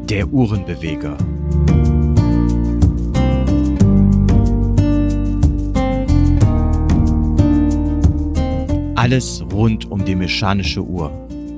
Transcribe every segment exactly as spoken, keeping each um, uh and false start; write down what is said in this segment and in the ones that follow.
Der Uhrenbeweger. Alles rund um die mechanische Uhr.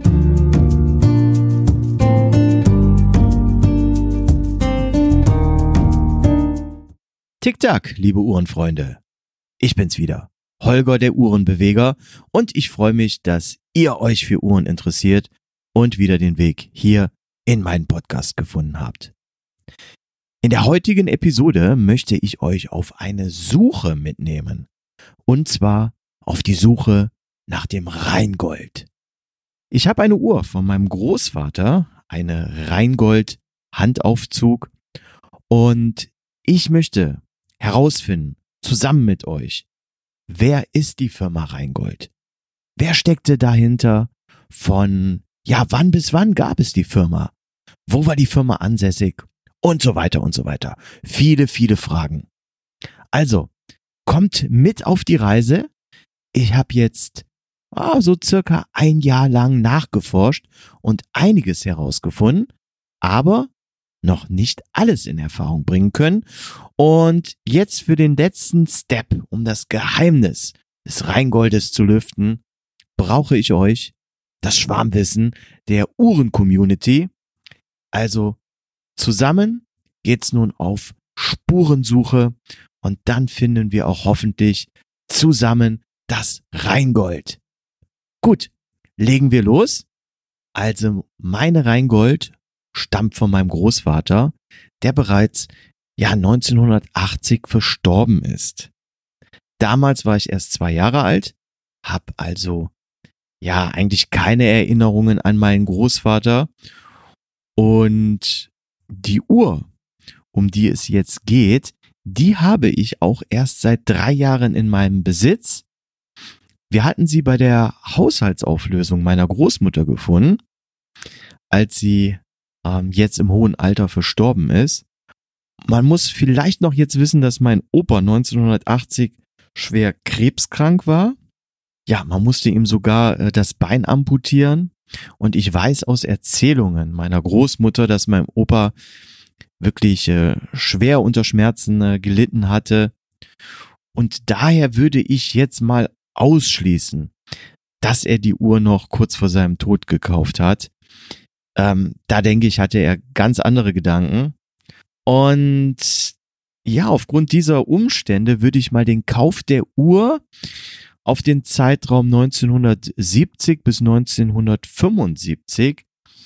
Tick-Tack, liebe Uhrenfreunde. Ich bin's wieder, Holger, der Uhrenbeweger, und ich freue mich, dass ihr euch für Uhren interessiert und wieder den Weg hier in meinen Podcast gefunden habt. In der heutigen Episode möchte ich euch auf eine Suche mitnehmen. Und zwar auf die Suche nach dem Rheingold. Ich habe eine Uhr von meinem Großvater, eine Rheingold-Handaufzug, und ich möchte herausfinden, zusammen mit euch, wer ist die Firma Rheingold? Wer steckte dahinter? Von, ja, wann bis wann gab es die Firma? Wo war die Firma ansässig? Und so weiter und so weiter. Viele, viele Fragen. Also, kommt mit auf die Reise. Ich habe jetzt oh, so circa ein Jahr lang nachgeforscht und einiges herausgefunden, aber noch nicht alles in Erfahrung bringen können. Und jetzt für den letzten Step, um das Geheimnis des Rheingoldes zu lüften, brauche ich euch, das Schwarmwissen der Uhren-Community. Also zusammen geht's nun auf Spurensuche und dann finden wir auch hoffentlich zusammen das Rheingold. Gut, legen wir los. Also meine Rheingold stammt von meinem Großvater, der bereits ja neunzehnhundertachtzig verstorben ist. Damals war ich erst zwei Jahre alt, habe also ja eigentlich keine Erinnerungen an meinen Großvater, und die Uhr, um die es jetzt geht, die habe ich auch erst seit drei Jahren in meinem Besitz. Wir hatten sie bei der Haushaltsauflösung meiner Großmutter gefunden, als sie ähm, jetzt im hohen Alter verstorben ist. Man muss vielleicht noch jetzt wissen, dass mein Opa neunzehnhundertachtzig schwer krebskrank war. Ja, man musste ihm sogar äh, das Bein amputieren. Und ich weiß aus Erzählungen meiner Großmutter, dass mein Opa wirklich äh, schwer unter Schmerzen äh, gelitten hatte. Und daher würde ich jetzt mal ausschließen, dass er die Uhr noch kurz vor seinem Tod gekauft hat. Ähm, da denke ich, hatte er ganz andere Gedanken. Und ja, aufgrund dieser Umstände würde ich mal den Kauf der Uhr auf den Zeitraum neunzehnhundertsiebzig bis neunzehnhundertfünfundsiebzig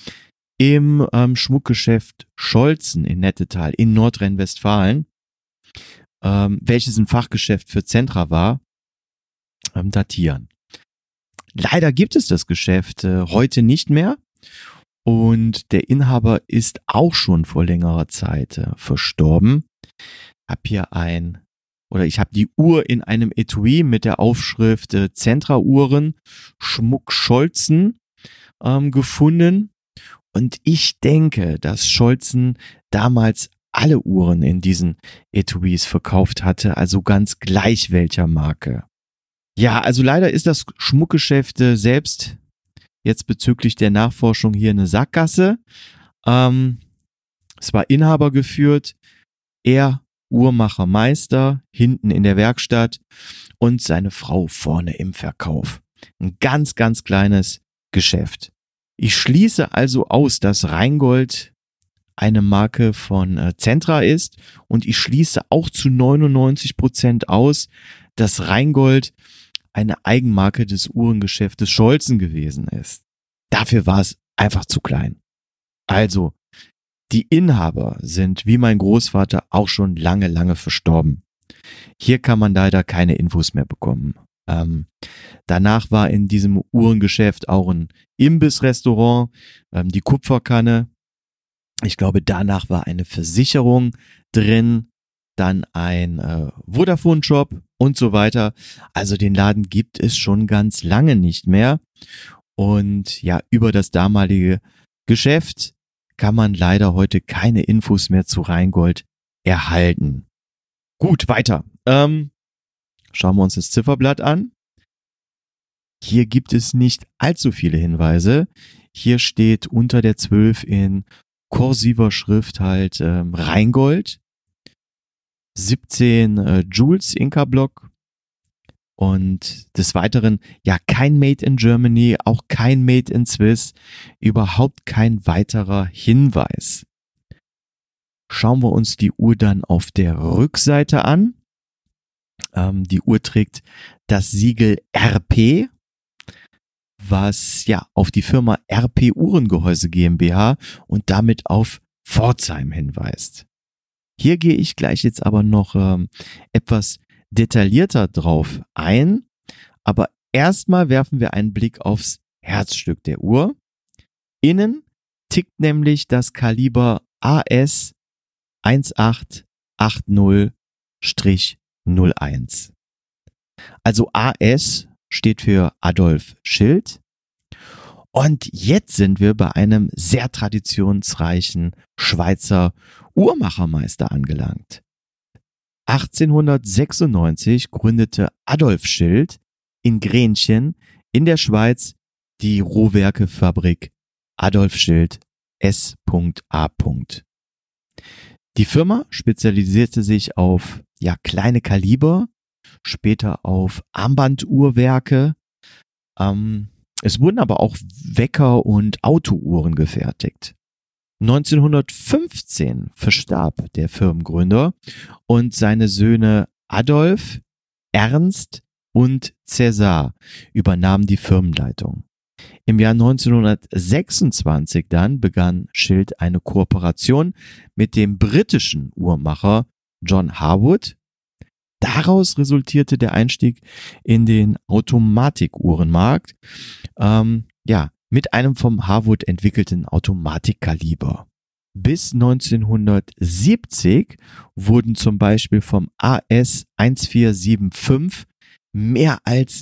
im ähm, Schmuckgeschäft Scholzen in Nettetal in Nordrhein-Westfalen, ähm, welches ein Fachgeschäft für Zentra war, ähm, datieren. Leider gibt es das Geschäft äh, heute nicht mehr, und der Inhaber ist auch schon vor längerer Zeit äh, verstorben. Hab hier ein Oder ich habe die Uhr in einem Etui mit der Aufschrift äh, Zentra-Uhren Schmuck Scholzen ähm, gefunden. Und ich denke, dass Scholzen damals alle Uhren in diesen Etuis verkauft hatte, also ganz gleich welcher Marke. Ja, also leider ist das Schmuckgeschäft äh, selbst jetzt bezüglich der Nachforschung hier eine Sackgasse. Ähm, es war Inhaber geführt. Er Uhrmacher Meister, hinten in der Werkstatt, und seine Frau vorne im Verkauf. Ein ganz, ganz kleines Geschäft. Ich schließe also aus, dass Rheingold eine Marke von äh, Zentra ist, und ich schließe auch zu neunundneunzig Prozent aus, dass Rheingold eine Eigenmarke des Uhrengeschäftes Scholzen gewesen ist. Dafür war es einfach zu klein. Also, die Inhaber sind wie mein Großvater auch schon lange, lange verstorben. Hier kann man leider keine Infos mehr bekommen. Ähm, danach war in diesem Uhrengeschäft auch ein Imbissrestaurant, ähm, die Kupferkanne. Ich glaube, danach war eine Versicherung drin, dann ein äh, Vodafone-Shop und so weiter. Also den Laden gibt es schon ganz lange nicht mehr. Und ja, über das damalige Geschäft kann man leider heute keine Infos mehr zu Rheingold erhalten. Gut, weiter. Ähm, schauen wir uns das Zifferblatt an. Hier gibt es nicht allzu viele Hinweise. Hier steht unter der zwölf in kursiver Schrift halt ähm, Rheingold, siebzehn äh, Joules Inka-Block und des Weiteren ja kein Made in Germany, auch kein Made in Swiss, überhaupt kein weiterer Hinweis. Schauen wir uns die Uhr dann auf der Rückseite an. Ähm, die Uhr trägt das Siegel R P, was ja auf die Firma R P Uhrengehäuse GmbH und damit auf Pforzheim hinweist. Hier gehe ich gleich jetzt aber noch ähm, etwas detaillierter drauf ein, aber erstmal werfen wir einen Blick aufs Herzstück der Uhr. Innen tickt nämlich das Kaliber A S acht acht null null eins. Also A S steht für Adolf Schild. Und jetzt sind wir bei einem sehr traditionsreichen Schweizer Uhrmachermeister angelangt. achtzehnhundertsechsundneunzig gründete Adolf Schild in Grenchen in der Schweiz die Rohwerkefabrik Adolf Schild S A Die Firma spezialisierte sich auf ja kleine Kaliber, später auf Armbanduhrwerke. Ähm, es wurden aber auch Wecker- und Autouhren gefertigt. neunzehnhundertfünfzehn verstarb der Firmengründer und seine Söhne Adolf, Ernst und Cäsar übernahmen die Firmenleitung. Im Jahr neunzehnhundertsechsundzwanzig dann begann Schild eine Kooperation mit dem britischen Uhrmacher John Harwood. Daraus resultierte der Einstieg in den Automatikuhrenmarkt, ähm, ja, mit einem vom Harwood entwickelten Automatikkaliber. Bis neunzehnhundertsiebzig wurden zum Beispiel vom A S vier sieben fünf mehr als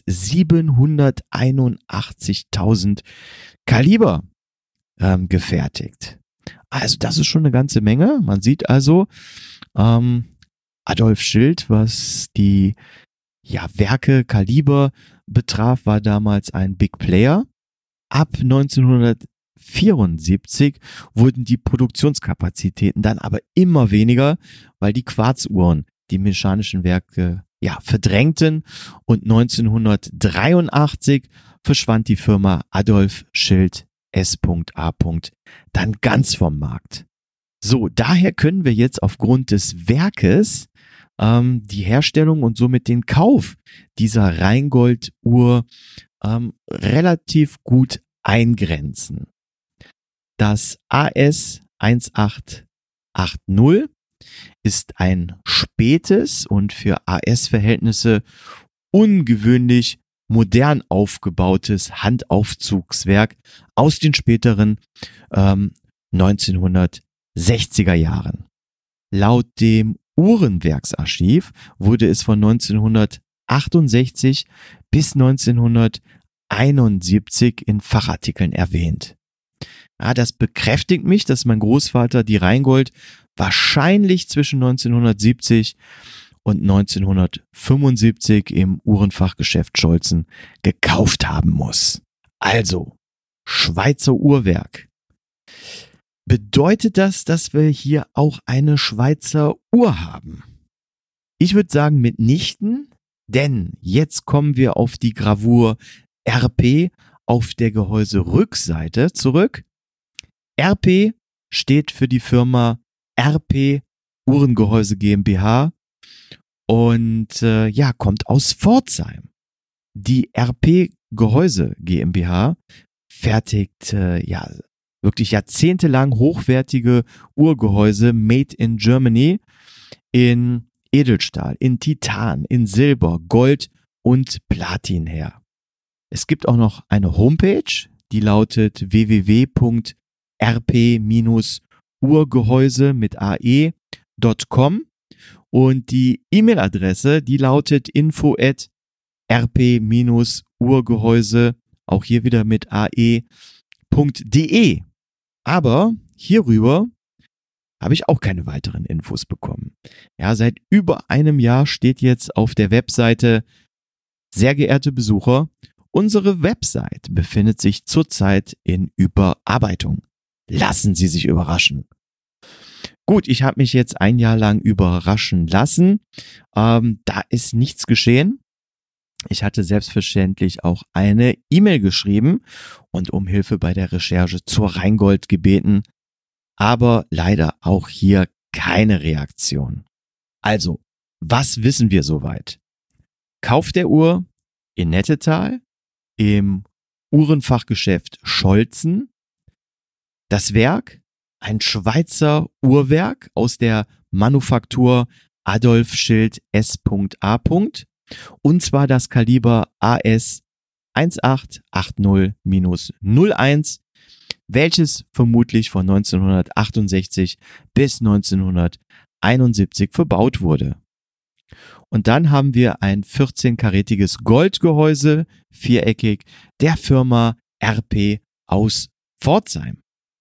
siebenhunderteinundachtzigtausend Kaliber ähm, gefertigt. Also das ist schon eine ganze Menge. Man sieht also, ähm, Adolf Schild, was die ja, Werke, Kaliber betraf, war damals ein Big Player. Ab neunzehnhundertvierundsiebzig wurden die Produktionskapazitäten dann aber immer weniger, weil die Quarzuhren die mechanischen Werke ja, verdrängten und neunzehnhundertdreiundachtzig verschwand die Firma Adolf Schild S A dann ganz vom Markt. So, daher können wir jetzt aufgrund des Werkes ähm, die Herstellung und somit den Kauf dieser Rheingold-Uhr ähm, relativ gut eingrenzen. Das A S acht acht null ist ein spätes und für A S-Verhältnisse ungewöhnlich modern aufgebautes Handaufzugswerk aus den späteren ähm, neunzehnhundertsechziger Jahren. Laut dem Uhrenwerksarchiv wurde es von neunzehnhundertachtundsechzig bis neunzehnhunderteinundsiebzig in Fachartikeln erwähnt. Ja, das bekräftigt mich, dass mein Großvater die Rheingold wahrscheinlich zwischen neunzehnhundertsiebzig und neunzehnhundertfünfundsiebzig im Uhrenfachgeschäft Scholzen gekauft haben muss. Also, Schweizer Uhrwerk. Bedeutet das, dass wir hier auch eine Schweizer Uhr haben? Ich würde sagen mitnichten, denn jetzt kommen wir auf die Gravur R P auf der Gehäuserückseite zurück. R P steht für die Firma R P Uhrengehäuse GmbH und äh, ja, kommt aus Pforzheim. Die R P Gehäuse GmbH fertigt äh, ja wirklich jahrzehntelang hochwertige Uhrgehäuse made in Germany in Edelstahl, in Titan, in Silber, Gold und Platin her. Es gibt auch noch eine Homepage, die lautet w w w punkt r p Uhrgehäuse mit ae punkt com und die E-Mail-Adresse, die lautet info at r p Uhrgehäuse, auch hier wieder mit ae punkt de. Aber hierüber habe ich auch keine weiteren Infos bekommen. Ja, seit über einem Jahr steht jetzt auf der Webseite: Sehr geehrte Besucher, unsere Website befindet sich zurzeit in Überarbeitung. lassen Sie sich überraschen. Gut, ich habe mich jetzt ein Jahr lang überraschen lassen. Ähm, da ist nichts geschehen. Ich hatte selbstverständlich auch eine E-Mail geschrieben und um Hilfe bei der Recherche zur Rheingold gebeten, aber leider auch hier keine Reaktion. Also, was wissen wir soweit? Kauf der Uhr in Nettetal im Uhrenfachgeschäft Scholzen. Das Werk, ein Schweizer Uhrwerk aus der Manufaktur Adolf Schild S A. Und zwar das Kaliber A S acht acht null null eins, welches vermutlich von neunzehnhundertachtundsechzig bis neunzehnhunderteinundsiebzig verbaut wurde. Und dann haben wir ein vierzehn-karätiges Goldgehäuse, viereckig, der Firma R P aus Pforzheim.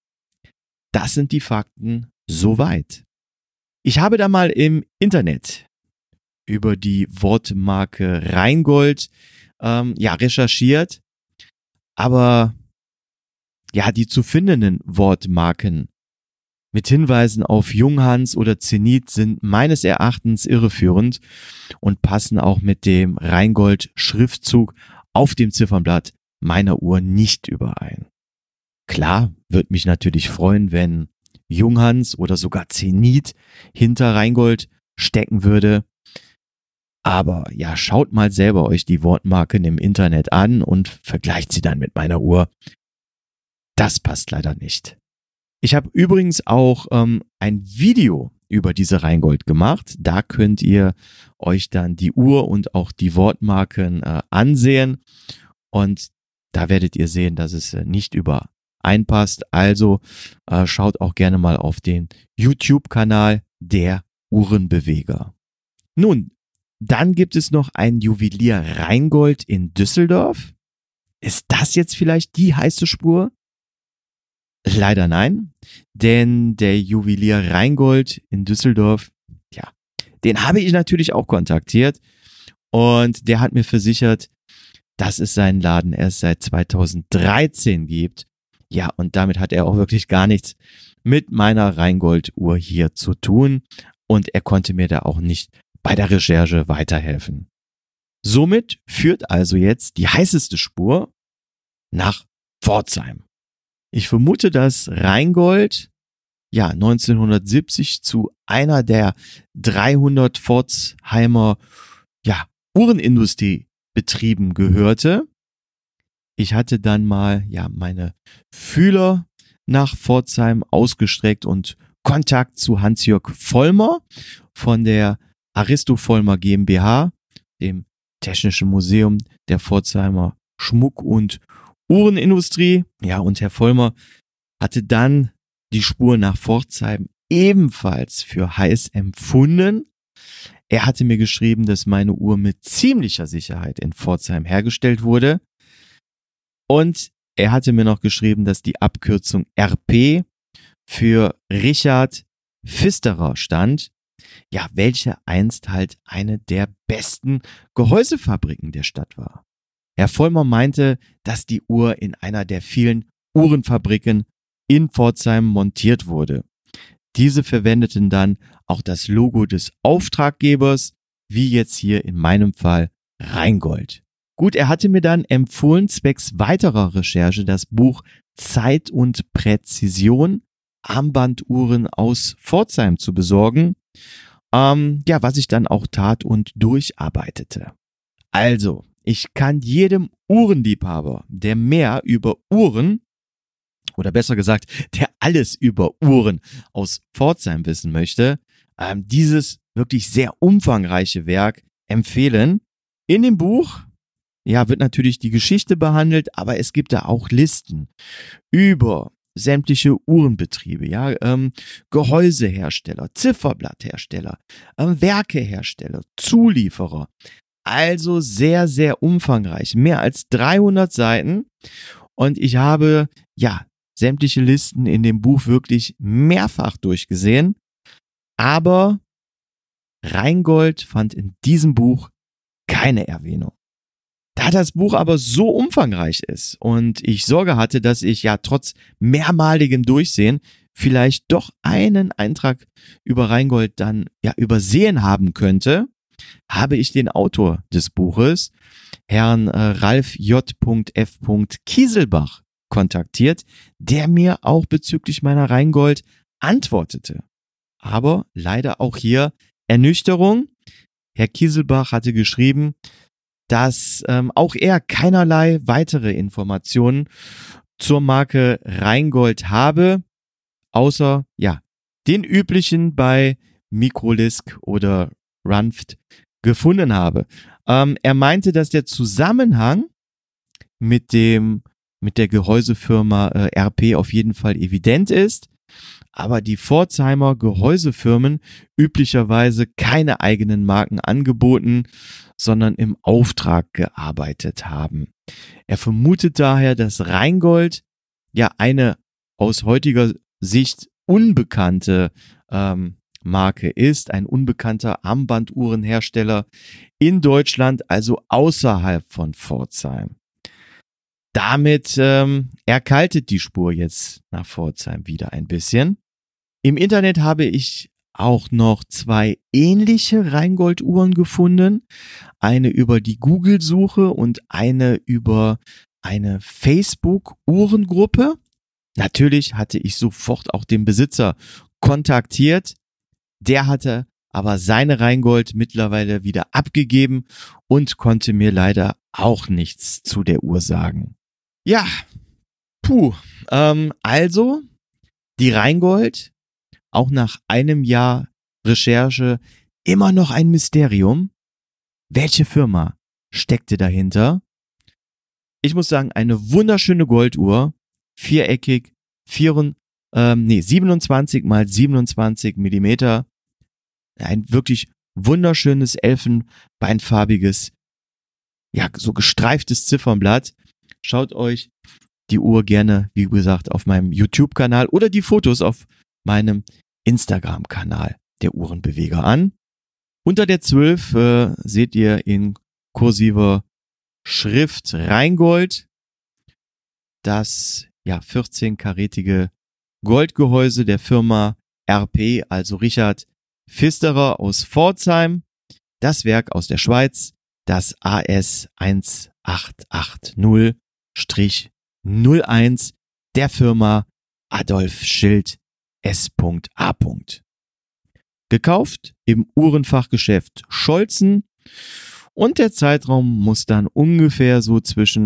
Das sind die Fakten soweit. Ich habe da mal im Internet über die Wortmarke Rheingold ähm, ja, recherchiert, aber ja, die zu findenden Wortmarken mit Hinweisen auf Junghans oder Zenit sind meines Erachtens irreführend und passen auch mit dem Rheingold-Schriftzug auf dem Ziffernblatt meiner Uhr nicht überein. Klar, würde mich natürlich freuen, wenn Junghans oder sogar Zenit hinter Rheingold stecken würde. Aber ja, schaut mal selber euch die Wortmarken im Internet an und vergleicht sie dann mit meiner Uhr. Das passt leider nicht. Ich habe übrigens auch ähm, ein Video über diese Rheingold gemacht. Da könnt ihr euch dann die Uhr und auch die Wortmarken äh, ansehen. Und da werdet ihr sehen, dass es äh, nicht übereinpasst. Also äh, schaut auch gerne mal auf den YouTube-Kanal der Uhrenbeweger. Nun, dann gibt es noch ein Juwelier Rheingold in Düsseldorf. Ist das jetzt vielleicht die heiße Spur? Leider nein, denn der Juwelier Rheingold in Düsseldorf, ja, den habe ich natürlich auch kontaktiert und der hat mir versichert, dass es seinen Laden erst seit zweitausenddreizehn gibt. Ja, und damit hat er auch wirklich gar nichts mit meiner Rheingold-Uhr hier zu tun und er konnte mir da auch nicht bei der Recherche weiterhelfen. Somit führt also jetzt die heißeste Spur nach Pforzheim. Ich vermute, dass Rheingold ja neunzehnhundertsiebzig zu einer der dreihundert Pforzheimer ja, Uhrenindustriebetrieben gehörte. Ich hatte dann mal ja meine Fühler nach Pforzheim ausgestreckt und Kontakt zu Hans-Jörg Vollmer von der Aristo Vollmer GmbH, dem Technischen Museum der Pforzheimer Schmuck- und Uhrenindustrie. Ja, und Herr Vollmer hatte dann die Spur nach Pforzheim ebenfalls für heiß empfunden. Er hatte mir geschrieben, dass meine Uhr mit ziemlicher Sicherheit in Pforzheim hergestellt wurde. Und er hatte mir noch geschrieben, dass die Abkürzung R P für Richard Pfisterer stand. Ja, welche einst halt eine der besten Gehäusefabriken der Stadt war. Herr Vollmer meinte, dass die Uhr in einer der vielen Uhrenfabriken in Pforzheim montiert wurde. Diese verwendeten dann auch das Logo des Auftraggebers, wie jetzt hier in meinem Fall Rheingold. Gut, er hatte mir dann empfohlen, zwecks weiterer Recherche das Buch Zeit und Präzision, Armbanduhren aus Pforzheim zu besorgen. Ähm, ja, was ich dann auch tat und durcharbeitete. Also, ich kann jedem Uhrenliebhaber, der mehr über Uhren, oder besser gesagt, der alles über Uhren aus Pforzheim wissen möchte, ähm, dieses wirklich sehr umfangreiche Werk empfehlen. In dem Buch, ja, wird natürlich die Geschichte behandelt, aber es gibt da auch Listen über sämtliche Uhrenbetriebe, ja, ähm, Gehäusehersteller, Zifferblatthersteller, ähm, Werkehersteller, Zulieferer. Also sehr, sehr umfangreich. Mehr als dreihundert Seiten. Und ich habe, ja, sämtliche Listen in dem Buch wirklich mehrfach durchgesehen. Aber Rheingold fand in diesem Buch keine Erwähnung. Da das Buch aber so umfangreich ist und ich Sorge hatte, dass ich ja trotz mehrmaligem Durchsehen vielleicht doch einen Eintrag über Rheingold dann ja übersehen haben könnte, habe ich den Autor des Buches, Herrn äh, Ralf J. F. Kieselbach, kontaktiert, der mir auch bezüglich meiner Rheingold antwortete. Aber leider auch hier Ernüchterung. Herr Kieselbach hatte geschrieben, dass ähm, auch er keinerlei weitere Informationen zur Marke Rheingold habe, außer ja den üblichen bei Microlisk oder Runft gefunden habe. Ähm, er meinte, dass der Zusammenhang mit dem mit der Gehäusefirma äh, R P auf jeden Fall evident ist, aber die Pforzheimer Gehäusefirmen üblicherweise keine eigenen Marken angeboten, sondern im Auftrag gearbeitet haben. Er vermutet daher, dass Rheingold ja eine aus heutiger Sicht unbekannte ähm, Marke ist, ein unbekannter Armbanduhrenhersteller in Deutschland, also außerhalb von Pforzheim. Damit ähm, erkaltet die Spur jetzt nach Pforzheim wieder ein bisschen. Im Internet habe ich auch noch zwei ähnliche Rheingold-Uhren gefunden. Eine über die Google-Suche und eine über eine Facebook-Uhrengruppe. Natürlich hatte ich sofort auch den Besitzer kontaktiert. Der hatte aber seine Rheingold mittlerweile wieder abgegeben und konnte mir leider auch nichts zu der Uhr sagen. Ja, puh, ähm, also die Rheingold, auch nach einem Jahr Recherche, immer noch ein Mysterium. Welche Firma steckte dahinter? Ich muss sagen, eine wunderschöne Golduhr, viereckig, vier, ähm, nee, siebenundzwanzig mal siebenundzwanzig Millimeter, ein wirklich wunderschönes elfenbeinfarbiges, ja, so gestreiftes Ziffernblatt. Schaut euch die Uhr gerne, wie gesagt, auf meinem YouTube-Kanal oder die Fotos auf meinem Instagram-Kanal der Uhrenbeweger an. Unter der zwölf äh, seht ihr in kursiver Schrift Rheingold das ja vierzehn-karätige Goldgehäuse der Firma R P, also Richard Pfisterer aus Pforzheim, das Werk aus der Schweiz, das A S eins acht acht null null eins der Firma Adolf Schild S A. Gekauft im Uhrenfachgeschäft Scholzen und der Zeitraum muss dann ungefähr so zwischen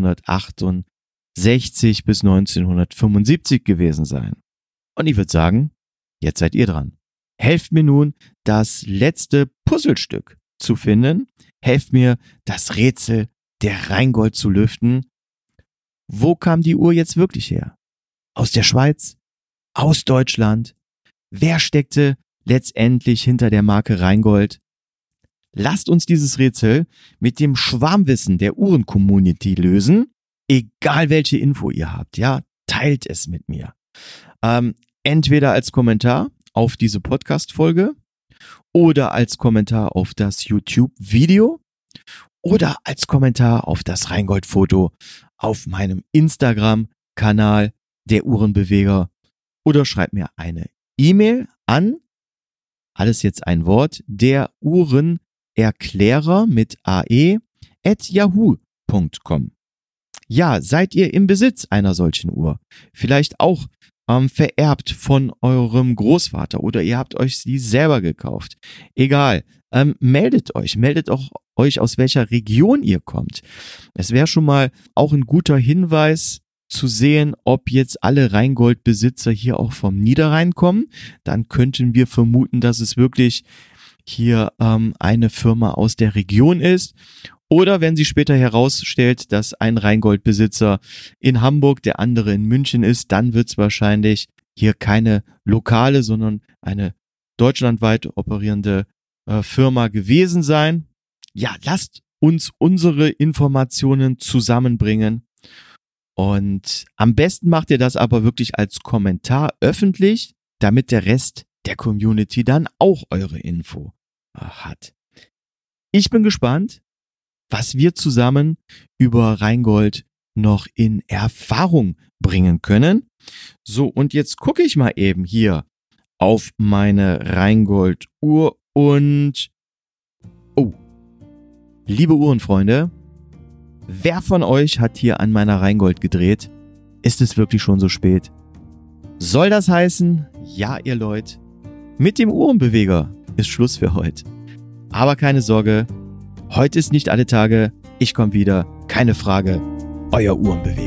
neunzehnhundertachtundsechzig bis neunzehnhundertfünfundsiebzig gewesen sein. Und ich würde sagen, jetzt seid ihr dran. Helft mir nun, das letzte Puzzlestück zu finden. Helft mir, das Rätsel der Rheingold zu lüften. Wo kam die Uhr jetzt wirklich her? Aus der Schweiz? Aus Deutschland? Wer steckte letztendlich hinter der Marke Rheingold? Lasst uns dieses Rätsel mit dem Schwarmwissen der Uhren-Community lösen. Egal welche Info ihr habt, ja, teilt es mit mir. Ähm, entweder als Kommentar auf diese Podcast-Folge oder als Kommentar auf das YouTube-Video oder als Kommentar auf das Rheingold-Foto auf meinem Instagram-Kanal der Uhrenbeweger oder schreibt mir eine E-Mail an, alles jetzt ein Wort, der Uhrenerklärer mit ae at yahoo punkt com. Ja, seid ihr im Besitz einer solchen Uhr? Vielleicht auch ähm, vererbt von eurem Großvater oder ihr habt euch sie selber gekauft. Egal, ähm, meldet euch, meldet auch euch, aus welcher Region ihr kommt. Es wäre schon mal auch ein guter Hinweis zu sehen, ob jetzt alle Rheingold-Besitzer hier auch vom Niederrhein kommen. Dann könnten wir vermuten, dass es wirklich hier ähm, eine Firma aus der Region ist. Oder wenn sich später herausstellt, dass ein Rheingold-Besitzer in Hamburg, der andere in München ist, dann wird es wahrscheinlich hier keine lokale, sondern eine deutschlandweit operierende äh, Firma gewesen sein. Ja, lasst uns unsere Informationen zusammenbringen. Und am besten macht ihr das aber wirklich als Kommentar öffentlich, damit der Rest der Community dann auch eure Info äh, hat. Ich bin gespannt. was wir zusammen über Rheingold noch in Erfahrung bringen können. So, und jetzt gucke ich mal eben hier auf meine Rheingold-Uhr und oh, liebe Uhrenfreunde, wer von euch hat hier an meiner Rheingold gedreht? Ist es wirklich schon so spät? Soll das heißen, ja ihr Leute, mit dem Uhrenbeweger ist Schluss für heute. Aber keine Sorge, heute ist nicht alle Tage, ich komme wieder, keine Frage, euer Uhrenbeweger.